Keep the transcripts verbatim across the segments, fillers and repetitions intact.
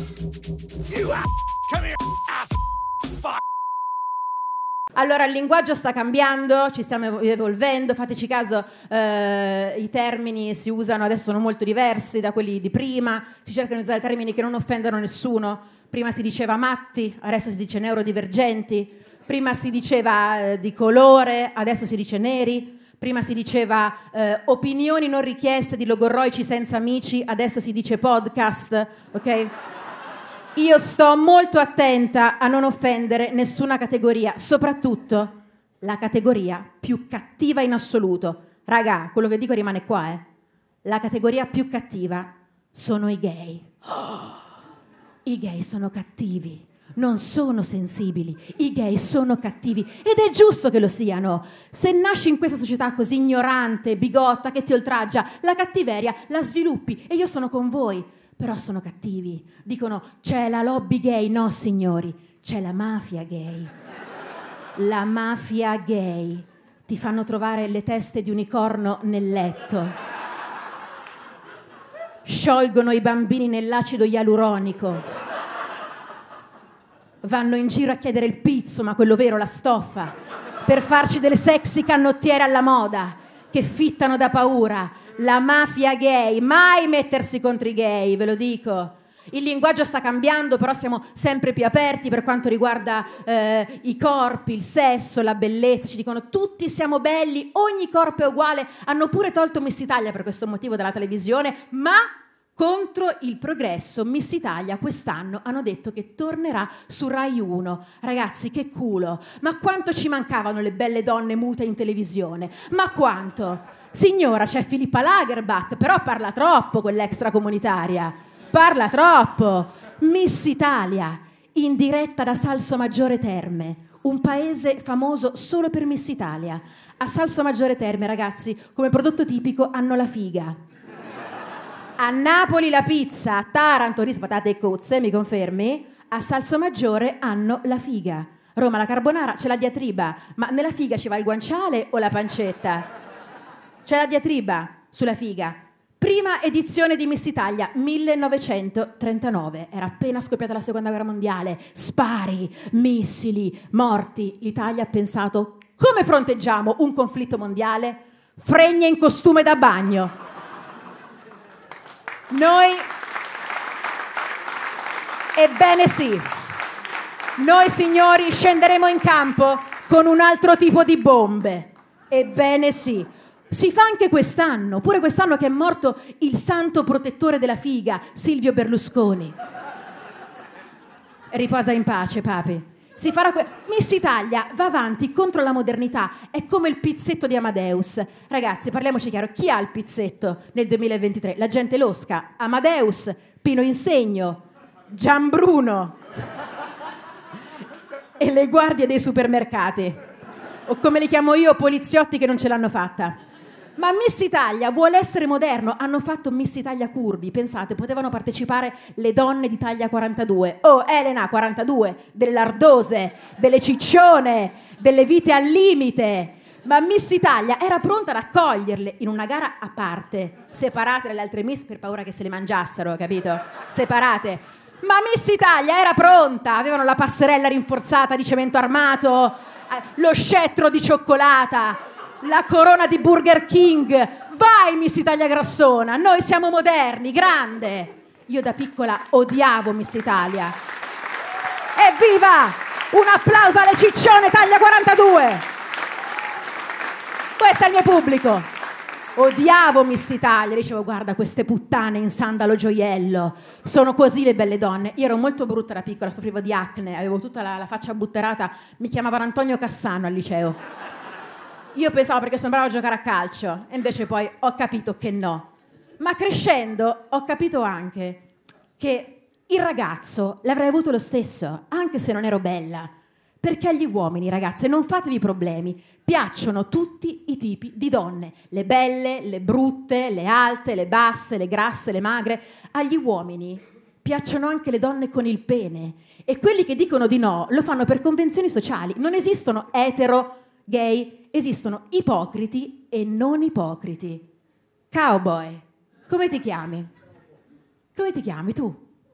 You ass. Come here, ass. Fuck. Allora, il linguaggio sta cambiando, ci stiamo evolvendo, fateci caso, eh, i termini si usano adesso, sono molto diversi da quelli di prima, si cercano di usare termini che non offendono nessuno. Prima si diceva matti, adesso si dice neurodivergenti, prima si diceva eh, di colore, adesso si dice neri, prima si diceva eh, opinioni non richieste di logorroici senza amici, adesso si dice podcast, ok? Io sto molto attenta a non offendere nessuna categoria, soprattutto la categoria più cattiva in assoluto. Raga, quello che dico rimane qua, eh. La categoria più cattiva sono i gay. Oh, i gay sono cattivi, non sono sensibili, i gay sono cattivi ed è giusto che lo siano. Se nasci in questa società così ignorante, bigotta, che ti oltraggia, la cattiveria la sviluppi e io sono con voi. Però sono cattivi. Dicono c'è la lobby gay. No, signori, c'è la mafia gay. La mafia gay. Ti fanno trovare le teste di unicorno nel letto. Sciolgono i bambini nell'acido ialuronico. Vanno in giro a chiedere il pizzo, ma quello vero, la stoffa, per farci delle sexy canottiere alla moda che fittano da paura. La mafia gay, mai mettersi contro i gay, ve lo dico. Il linguaggio sta cambiando, però siamo sempre più aperti per quanto riguarda eh, i corpi, il sesso, la bellezza. Ci dicono tutti siamo belli, ogni corpo è uguale. Hanno pure tolto Miss Italia per questo motivo dalla televisione, ma contro il progresso. Miss Italia quest'anno hanno detto che tornerà su Rai uno. Ragazzi, che culo! Ma quanto ci mancavano le belle donne mute in televisione? Ma quanto? Signora, c'è Filippa Lagerbach, però parla troppo quell'extracomunitaria. Parla troppo. Miss Italia, in diretta da Salsomaggiore Terme, un paese famoso solo per Miss Italia. A Salsomaggiore Terme, ragazzi, come prodotto tipico hanno la figa. A Napoli la pizza, a Taranto riso, patate e cozze, mi confermi? A Salsomaggiore hanno la figa. Roma la carbonara, c'è la diatriba, ma nella figa ci va il guanciale o la pancetta? C'è la diatriba sulla figa. Prima edizione di Miss Italia, millenovecentotrentanove. Era appena scoppiata la seconda guerra mondiale. Spari, missili, morti. L'Italia ha pensato, come fronteggiamo un conflitto mondiale? Fregne in costume da bagno. Noi... Ebbene sì. Noi, signori, scenderemo in campo con un altro tipo di bombe. Ebbene sì. Si fa anche quest'anno, pure quest'anno che è morto il santo protettore della figa, Silvio Berlusconi. Riposa in pace, papi. Si farà que- Miss Italia va avanti contro la modernità, è come il pizzetto di Amadeus. Ragazzi, parliamoci chiaro, chi ha il pizzetto nel duemilaventitré? La gente losca, Amadeus, Pino Insegno, Gianbruno e le guardie dei supermercati. O come li chiamo io, poliziotti che non ce l'hanno fatta. Ma Miss Italia vuole essere moderno. Hanno fatto Miss Italia curvi. Pensate, potevano partecipare le donne di taglia quarantadue. Oh, Elena, quarantadue, delle lardose, delle ciccione, delle vite al limite. Ma Miss Italia era pronta ad accoglierle in una gara a parte, separate dalle altre Miss per paura che se le mangiassero, capito? Separate. Ma Miss Italia era pronta. Avevano la passerella rinforzata di cemento armato, lo scettro di cioccolata, la corona di Burger King. Vai Miss Italia grassona, noi siamo moderni, grande. Io da piccola odiavo Miss Italia. Evviva! Un applauso alle ciccione taglia quarantadue. Questo è il mio pubblico. Odiavo Miss Italia, dicevo guarda queste puttane in sandalo gioiello, sono così le belle donne. Io ero molto brutta da piccola, soffrivo di acne, avevo tutta la, la faccia butterata, mi chiamavano Antonio Cassano al liceo. Io pensavo perché sembrava giocare a calcio e invece poi ho capito che no. Ma crescendo ho capito anche che il ragazzo l'avrei avuto lo stesso, anche se non ero bella. Perché agli uomini, ragazze, non fatevi problemi, piacciono tutti i tipi di donne. Le belle, le brutte, le alte, le basse, le grasse, le magre. Agli uomini piacciono anche le donne con il pene. E quelli che dicono di no lo fanno per convenzioni sociali. Non esistono etero, gay, esistono ipocriti e non ipocriti. Cowboy, come ti chiami? Come ti chiami tu?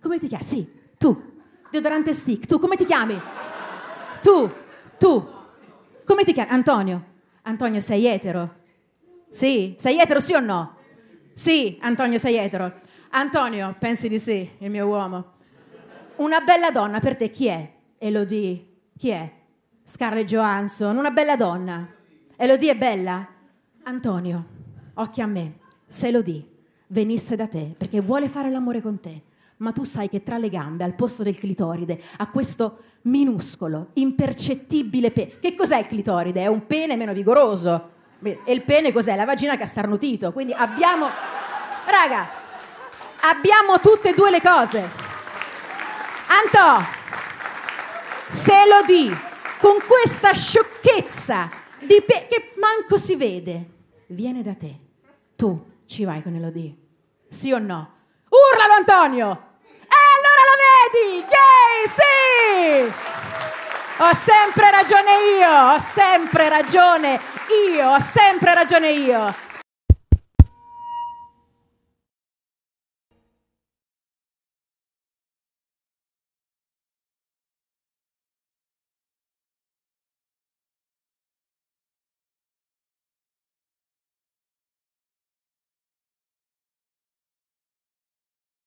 come ti chiami? Sì, tu. Deodorante stick, tu come ti chiami? Tu, tu. Come ti chiami? Antonio. Antonio, sei etero? Sì. Sei etero, sì o no? Sì, Antonio, sei etero. Antonio, pensi di sì, il mio uomo. Una bella donna per te chi è? Elodie. Chi è? Scarlett Johansson, una bella donna. Elodie è bella? Antonio, occhi a me. Se Elodie venisse da te perché vuole fare l'amore con te, ma tu sai che tra le gambe, al posto del clitoride, ha questo minuscolo, impercettibile pene. Che cos'è il clitoride? È un pene meno vigoroso. E il pene cos'è? La vagina che ha starnutito. Quindi abbiamo... Raga, abbiamo tutte e due le cose. Antò, se Elodie, con questa sciocchezza di pe- che manco si vede, viene da te, tu ci vai con Elodie? Sì o no? Urlalo, Antonio! E allora lo vedi? Gay, sì! Ho sempre ragione io, ho sempre ragione io, ho sempre ragione io.